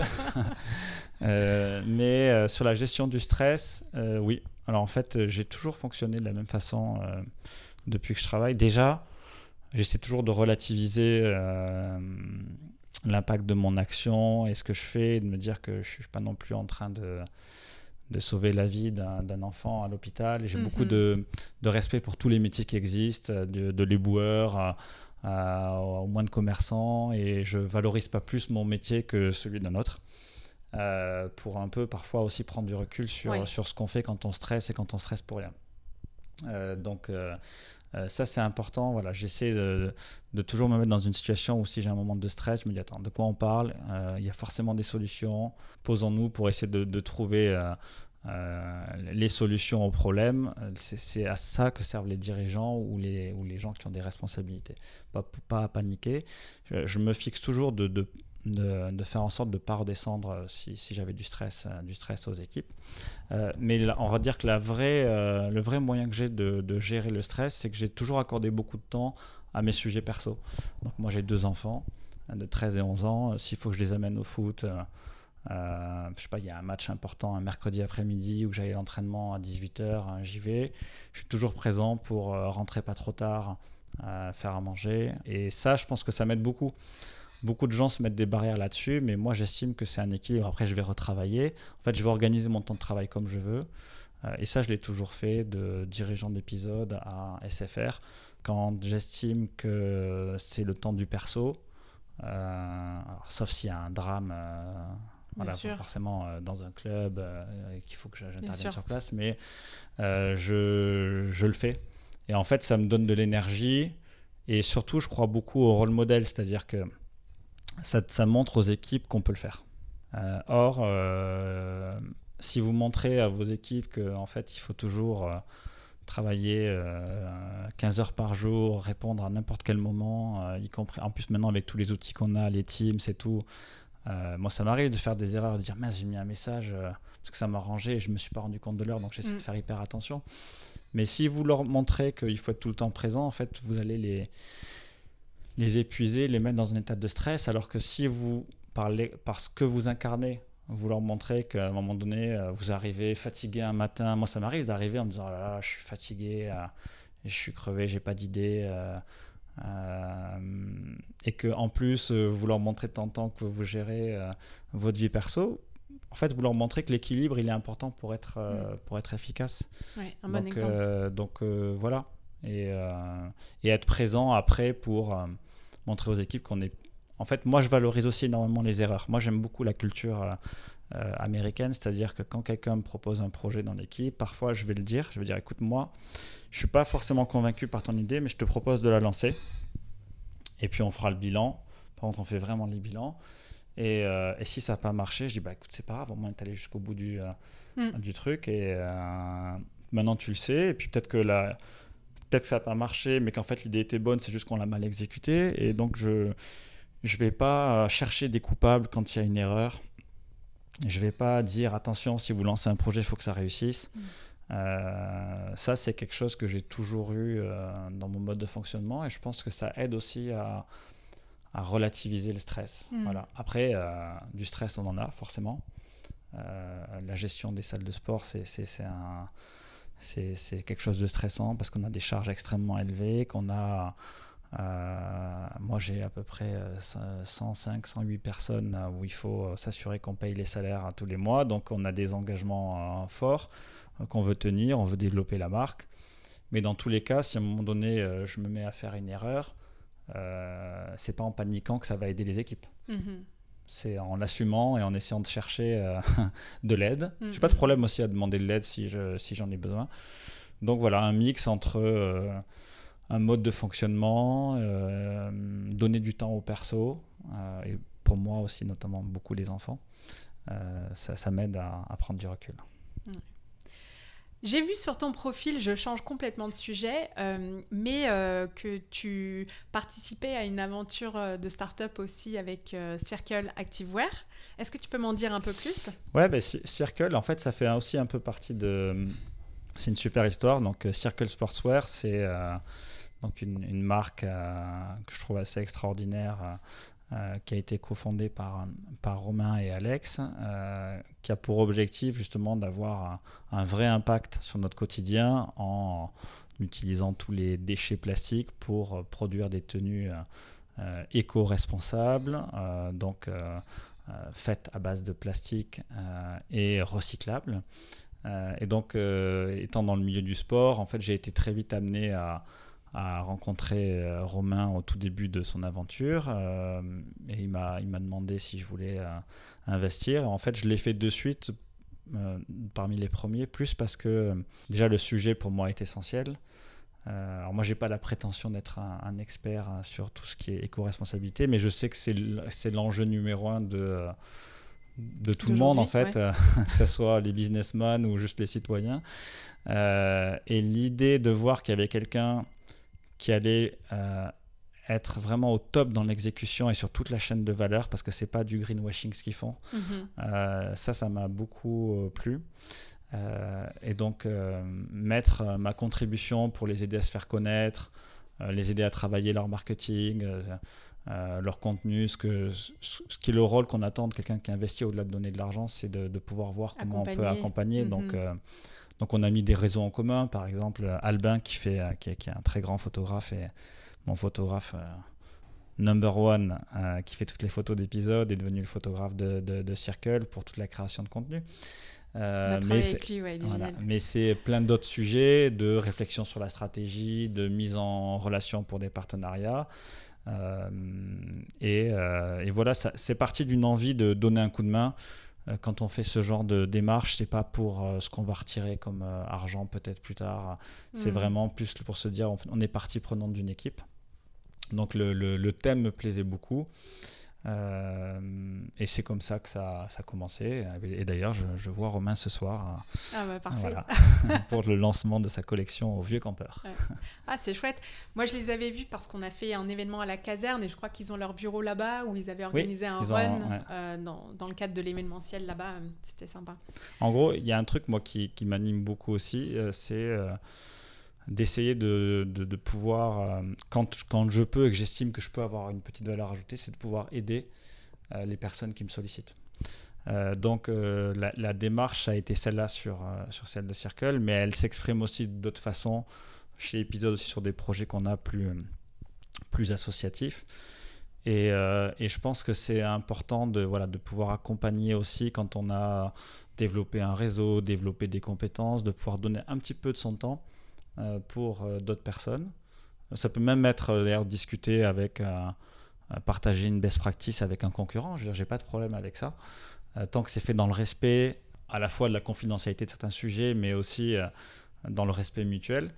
Mais sur la gestion du stress, oui. Alors en fait, j'ai toujours fonctionné de la même façon depuis que je travaille. Déjà, j'essaie toujours de relativiser l'impact de mon action et ce que je fais, et de me dire que je ne suis pas non plus en train de sauver la vie d'un enfant à l'hôpital. Et j'ai beaucoup de respect pour tous les métiers qui existent, de l'éboueur au moins de commerçants, et je ne valorise pas plus mon métier que celui d'un autre. Pour un peu parfois aussi prendre du recul sur ce qu'on fait quand on stresse et quand on stresse pour rien. Donc ça c'est important. Voilà, j'essaie de toujours me mettre dans une situation où si j'ai un moment de stress, je me dis attends, de quoi on parle, il y a forcément des solutions, posons-nous pour essayer de trouver les solutions aux problèmes. C'est à ça que servent les dirigeants ou les gens qui ont des responsabilités, pas à paniquer. Je me fixe toujours de faire en sorte de ne pas redescendre si j'avais du stress aux équipes. Mais là, on va dire que le vrai moyen que j'ai de gérer le stress, c'est que j'ai toujours accordé beaucoup de temps à mes sujets perso. Donc moi, j'ai 2 enfants de 13 et 11 ans. S'il faut que je les amène au foot, je sais pas, il y a un match important un mercredi après-midi où j'avais l'entraînement à 18h, j'y vais. Je suis toujours présent pour rentrer pas trop tard, faire à manger. Et ça, je pense que ça m'aide beaucoup. Beaucoup de gens se mettent des barrières là-dessus, mais moi j'estime que c'est un équilibre. Après, je vais retravailler. En fait, je vais organiser mon temps de travail comme je veux. Et ça, je l'ai toujours fait, de dirigeant d'épisode à SFR. Quand j'estime que c'est le temps du perso, alors, sauf s'il y a un drame, voilà, forcément dans un club, qu'il faut que j'intervienne sur place, mais je le fais. Et en fait, ça me donne de l'énergie. Et surtout, je crois beaucoup au rôle modèle, c'est-à-dire que ça montre aux équipes qu'on peut le faire. Or, si vous montrez à vos équipes qu'en fait, il faut toujours travailler 15 heures par jour, répondre à n'importe quel moment, y compris en plus maintenant avec tous les outils qu'on a, les Teams et tout. Moi, ça m'arrive de faire des erreurs, de dire mince, j'ai mis un message parce que ça m'a arrangé et je me suis pas rendu compte de l'heure, donc j'essaie de faire hyper attention. Mais si vous leur montrez qu'il faut être tout le temps présent, en fait, vous allez les épuiser, les mettre dans un état de stress, alors que si vous parlez parce que vous incarnez, vous leur montrez qu'à un moment donné, vous arrivez fatigué un matin. Moi, ça m'arrive d'arriver en me disant, oh là là, je suis fatigué, je suis crevé, j'ai pas d'idée. Et qu'en plus, vous leur montrez de temps en temps que vous gérez votre vie perso. En fait, vous leur montrez que l'équilibre, il est important pour être efficace. Ouais, un bon exemple. Donc voilà. Et être présent après pour montrer aux équipes qu'on est... En fait, moi, je valorise aussi énormément les erreurs. Moi, j'aime beaucoup la culture américaine, c'est-à-dire que quand quelqu'un me propose un projet dans l'équipe, parfois, je vais le dire. Je vais dire, écoute, moi, je ne suis pas forcément convaincu par ton idée, mais je te propose de la lancer. Et puis, on fera le bilan. Par contre, on fait vraiment les bilans. Et si ça n'a pas marché, je dis, bah, écoute, c'est pas grave, au moins, tu es allé jusqu'au bout du truc. Et maintenant, tu le sais. Et puis, peut-être que ça n'a pas marché, mais qu'en fait, l'idée était bonne, c'est juste qu'on l'a mal exécutée. Et donc, je ne vais pas chercher des coupables quand il y a une erreur. Je ne vais pas dire attention, si vous lancez un projet, il faut que ça réussisse. Ça, c'est quelque chose que j'ai toujours eu dans mon mode de fonctionnement et je pense que ça aide aussi à relativiser le stress. Voilà. Après, du stress, on en a forcément. La gestion des salles de sport, c'est quelque chose de stressant parce qu'on a des charges extrêmement élevées, qu'on a... moi j'ai à peu près 105, 108 personnes où il faut s'assurer qu'on paye les salaires tous les mois, donc on a des engagements forts qu'on veut tenir, on veut développer la marque, mais dans tous les cas, si à un moment donné je me mets à faire une erreur, c'est pas en paniquant que ça va aider les équipes. C'est en l'assumant et en essayant de chercher de l'aide. J'ai pas de problème aussi à demander de l'aide si j'en ai besoin. Donc voilà, un mix entre un mode de fonctionnement, donner du temps aux persos, et pour moi aussi notamment beaucoup les enfants, ça m'aide à prendre du recul. J'ai vu sur ton profil, je change complètement de sujet, mais que tu participais à une aventure de start-up aussi avec Circle Activewear. Est-ce que tu peux m'en dire un peu plus ? Ouais, Circle, en fait, ça fait aussi un peu partie de... C'est une super histoire. Donc, Circle Sportswear, c'est donc une marque que je trouve assez extraordinaire, qui a été cofondée par Romain et Alex, qui a pour objectif justement d'avoir un vrai impact sur notre quotidien en utilisant tous les déchets plastiques pour produire des tenues éco-responsables, faites à base de plastique et recyclables. Et donc, étant dans le milieu du sport, en fait, j'ai été très vite amené à rencontrer Romain au tout début de son aventure et il m'a demandé si je voulais investir. En fait, je l'ai fait de suite parmi les premiers, plus parce que déjà le sujet pour moi est essentiel. Alors moi, j'ai pas la prétention d'être un expert sur tout ce qui est éco-responsabilité, mais je sais que c'est l'enjeu numéro un de tout le monde en fait, ouais. Que ce soit les businessmen ou juste les citoyens. Et l'idée de voir qu'il y avait quelqu'un qui allait être vraiment au top dans l'exécution et sur toute la chaîne de valeur, parce que c'est pas du greenwashing ce qu'ils font. Ça m'a beaucoup plu. Et donc mettre ma contribution pour les aider à se faire connaître, les aider à travailler leur marketing, leur contenu, ce qui est le rôle qu'on attend de quelqu'un qui investit au-delà de donner de l'argent, c'est de pouvoir voir comment on peut accompagner. Donc on a mis des réseaux en commun, par exemple Albin qui est un très grand photographe et mon photographe number one qui fait toutes les photos d'épisodes est devenu le photographe de Circle pour toute la création de contenu. Mais c'est plein d'autres sujets de réflexion sur la stratégie, de mise en relation pour des partenariats. Et voilà, c'est parti d'une envie de donner un coup de main. Quand on fait ce genre de démarche, c'est pas pour ce qu'on va retirer comme argent peut-être plus tard. C'est vraiment plus pour se dire on est partie prenante d'une équipe. Donc le thème me plaisait beaucoup. Et c'est comme ça que ça a commencé. Et d'ailleurs, je vois Romain ce soir Parfait. Voilà, pour le lancement de sa collection au Vieux Campeur. Ouais. C'est chouette. Moi, je les avais vus parce qu'on a fait un événement à la caserne et je crois qu'ils ont leur bureau là-bas où ils avaient organisé un run dans le cadre de l'événementiel là-bas. C'était sympa. En gros, il y a un truc moi qui m'anime beaucoup aussi, c'est d'essayer de pouvoir, quand je peux et que j'estime que je peux avoir une petite valeur ajoutée, c'est de pouvoir aider les personnes qui me sollicitent. Donc la démarche a été celle-là sur celle de Circle, mais elle s'exprime aussi d'autres façons chez Épisode, aussi sur des projets qu'on a plus associatifs. Et je pense que c'est important de pouvoir accompagner aussi quand on a développé un réseau, développé des compétences, de pouvoir donner un petit peu de son temps pour d'autres personnes. Ça peut même être d'ailleurs discuter avec, partager une best practice avec un concurrent. Je veux dire, j'ai pas de problème avec ça. Tant que c'est fait dans le respect à la fois de la confidentialité de certains sujets, mais aussi dans le respect mutuel.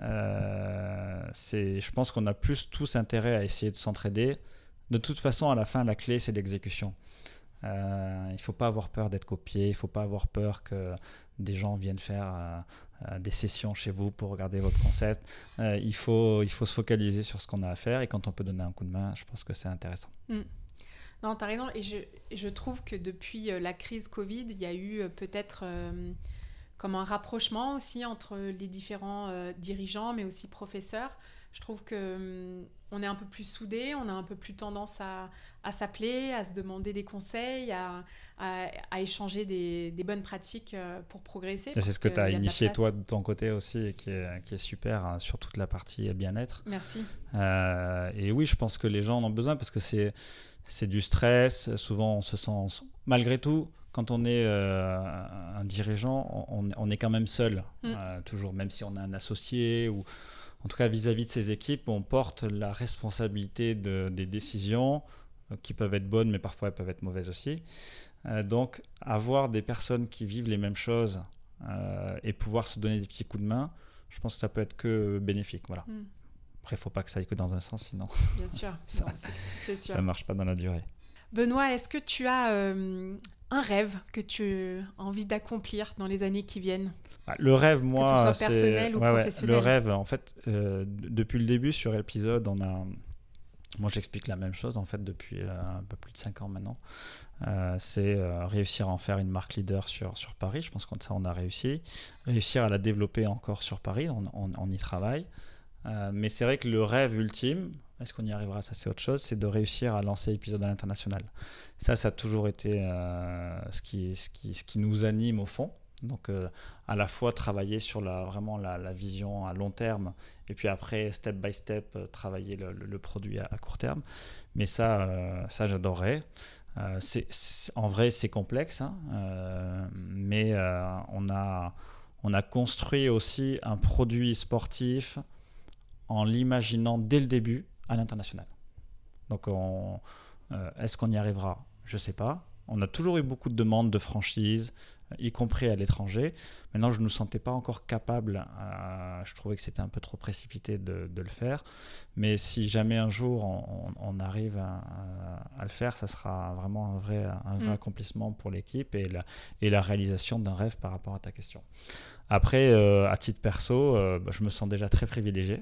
Je pense qu'on a plus tous intérêt à essayer de s'entraider. De toute façon, à la fin, la clé, c'est l'exécution. Il ne faut pas avoir peur d'être copié, il ne faut pas avoir peur que des gens viennent faire des sessions chez vous pour regarder votre concept. Il faut se focaliser sur ce qu'on a à faire, et quand on peut donner un coup de main, je pense que c'est intéressant. Non, tu as raison, et je trouve que depuis la crise Covid, il y a eu peut-être comme un rapprochement aussi entre les différents dirigeants, mais aussi professeurs. Je trouve qu'on est un peu plus soudés, on a un peu plus tendance à s'appeler, à se demander des conseils, à échanger des bonnes pratiques pour progresser. Et c'est ce que tu as initié toi de ton côté aussi, et qui est super, hein, sur toute la partie bien-être. Merci. Et oui, je pense que les gens en ont besoin parce que c'est du stress. Souvent, on se sent, malgré tout, quand on est un dirigeant, on est quand même seul, toujours, même si on a un associé ou... En tout cas, vis-à-vis de ces équipes, on porte la responsabilité des décisions qui peuvent être bonnes, mais parfois elles peuvent être mauvaises aussi. Donc, avoir des personnes qui vivent les mêmes choses et pouvoir se donner des petits coups de main, je pense que ça peut être que bénéfique. Voilà. Après, il ne faut pas que ça aille que dans un sens, sinon bien sûr. ça ne marche pas dans la durée. Benoît, est-ce que tu as un rêve que tu as envie d'accomplir dans les années qui viennent ? Le rêve, moi, que ce soit personnel ou professionnel. Le rêve, en fait, depuis le début sur l'épisode, moi j'explique la même chose en fait depuis un peu plus de 5 ans maintenant. C'est réussir à en faire une marque leader sur Paris. Je pense que ça on a réussi. Réussir à la développer encore sur Paris, on y travaille. Mais c'est vrai que le rêve ultime, est-ce qu'on y arrivera, ça c'est autre chose, c'est de réussir à lancer Épisode à l'international. Ça a toujours été ce qui nous anime au fond. Donc à la fois travailler sur vraiment la vision à long terme, et puis après step by step travailler le produit à court terme. Mais ça j'adorerais. En vrai c'est complexe, hein, mais on a construit aussi un produit sportif en l'imaginant dès le début à l'international. Donc est-ce qu'on y arrivera ? Je ne sais pas. On a toujours eu beaucoup de demandes de franchises, y compris à l'étranger. Maintenant, je ne me sentais pas encore capable. Je trouvais que c'était un peu trop précipité de le faire. Mais si jamais un jour on arrive à le faire, ça sera vraiment un vrai accomplissement pour l'équipe et la réalisation d'un rêve par rapport à ta question. Après, à titre perso, je me sens déjà très privilégié.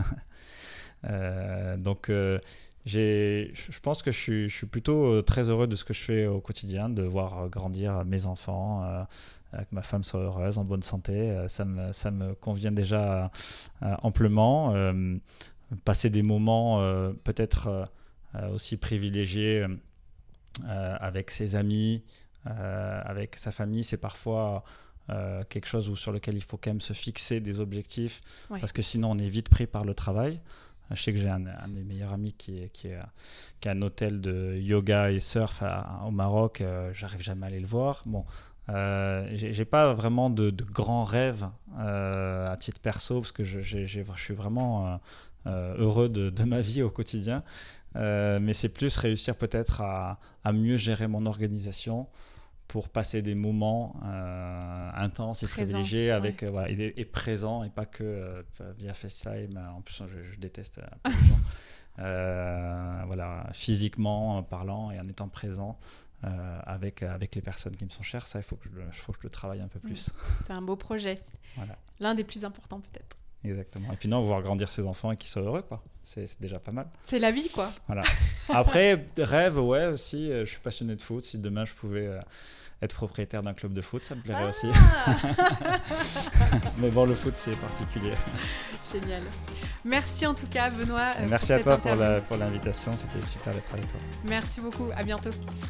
Donc, je pense que je suis plutôt très heureux de ce que je fais au quotidien, de voir grandir mes enfants, que ma femme soit heureuse, en bonne santé. Ça me convient déjà amplement. Passer des moments peut-être aussi privilégiés avec ses amis, avec sa famille, c'est parfois quelque chose sur lequel il faut quand même se fixer des objectifs, parce que sinon on est vite pris par le travail. Je sais que j'ai un de mes meilleurs amis qui a un hôtel de yoga et surf au Maroc. J'arrive jamais à aller le voir. Bon, j'ai pas vraiment de grands rêves à titre perso, parce que je suis vraiment heureux de ma vie au quotidien. Mais c'est plus réussir peut-être à mieux gérer mon organisation pour passer des moments intenses et privilégiés avec, et présents, et pas que via FaceTime. En plus, je déteste les gens. voilà, physiquement parlant et en étant présent avec les personnes qui me sont chères. Ça, il faut que je le travaille un peu plus. C'est un beau projet. Voilà. L'un des plus importants peut-être. Exactement. Et puis non, voir grandir ses enfants et qu'ils soient heureux, quoi. C'est déjà pas mal. C'est la vie, quoi. Voilà. Après, rêve, ouais, aussi, je suis passionné de foot. Si demain je pouvais être propriétaire d'un club de foot, ça me plairait aussi. Mais bon, le foot, c'est particulier. Génial. Merci en tout cas, Benoît. Merci à toi pour l'invitation. C'était super d'être avec toi. Merci beaucoup. À bientôt.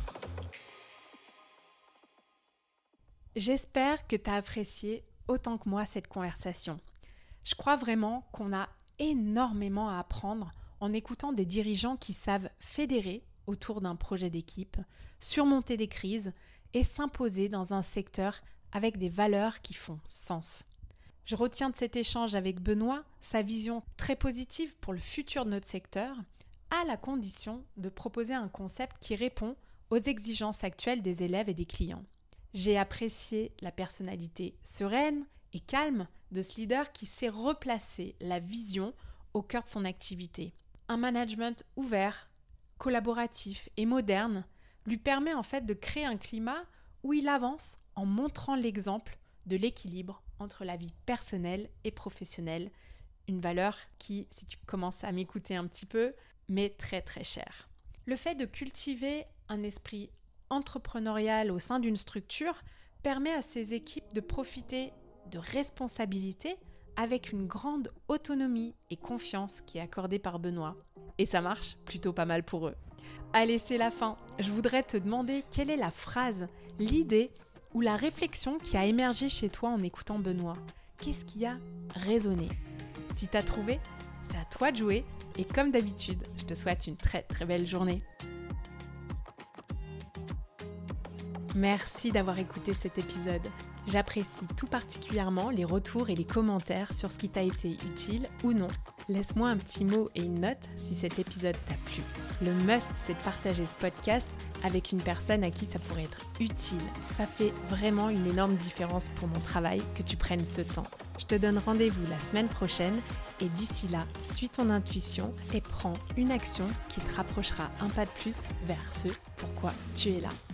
J'espère que tu as apprécié autant que moi cette conversation. Je crois vraiment qu'on a énormément à apprendre en écoutant des dirigeants qui savent fédérer autour d'un projet d'équipe, surmonter des crises et s'imposer dans un secteur avec des valeurs qui font sens. Je retiens de cet échange avec Benoît sa vision très positive pour le futur de notre secteur, à la condition de proposer un concept qui répond aux exigences actuelles des élèves et des clients. J'ai apprécié la personnalité sereine et calme de ce leader qui sait replacer la vision au cœur de son activité. Un management ouvert, collaboratif et moderne lui permet en fait de créer un climat où il avance en montrant l'exemple de l'équilibre entre la vie personnelle et professionnelle, une valeur qui, si tu commences à m'écouter un petit peu, m'est très très chère. Le fait de cultiver un esprit entrepreneurial au sein d'une structure permet à ses équipes de profiter de responsabilités avec une grande autonomie et confiance qui est accordée par Benoît. Et ça marche plutôt pas mal pour eux. Allez, c'est la fin. Je voudrais te demander quelle est la phrase, l'idée ou la réflexion qui a émergé chez toi en écoutant Benoît. Qu'est-ce qui a résonné ? Si t'as trouvé, c'est à toi de jouer. Et comme d'habitude, je te souhaite une très très belle journée. Merci d'avoir écouté cet épisode. J'apprécie tout particulièrement les retours et les commentaires sur ce qui t'a été utile ou non. Laisse-moi un petit mot et une note si cet épisode t'a plu. Le must, c'est de partager ce podcast avec une personne à qui ça pourrait être utile. Ça fait vraiment une énorme différence pour mon travail que tu prennes ce temps. Je te donne rendez-vous la semaine prochaine et d'ici là, suis ton intuition et prends une action qui te rapprochera un pas de plus vers ce pourquoi tu es là.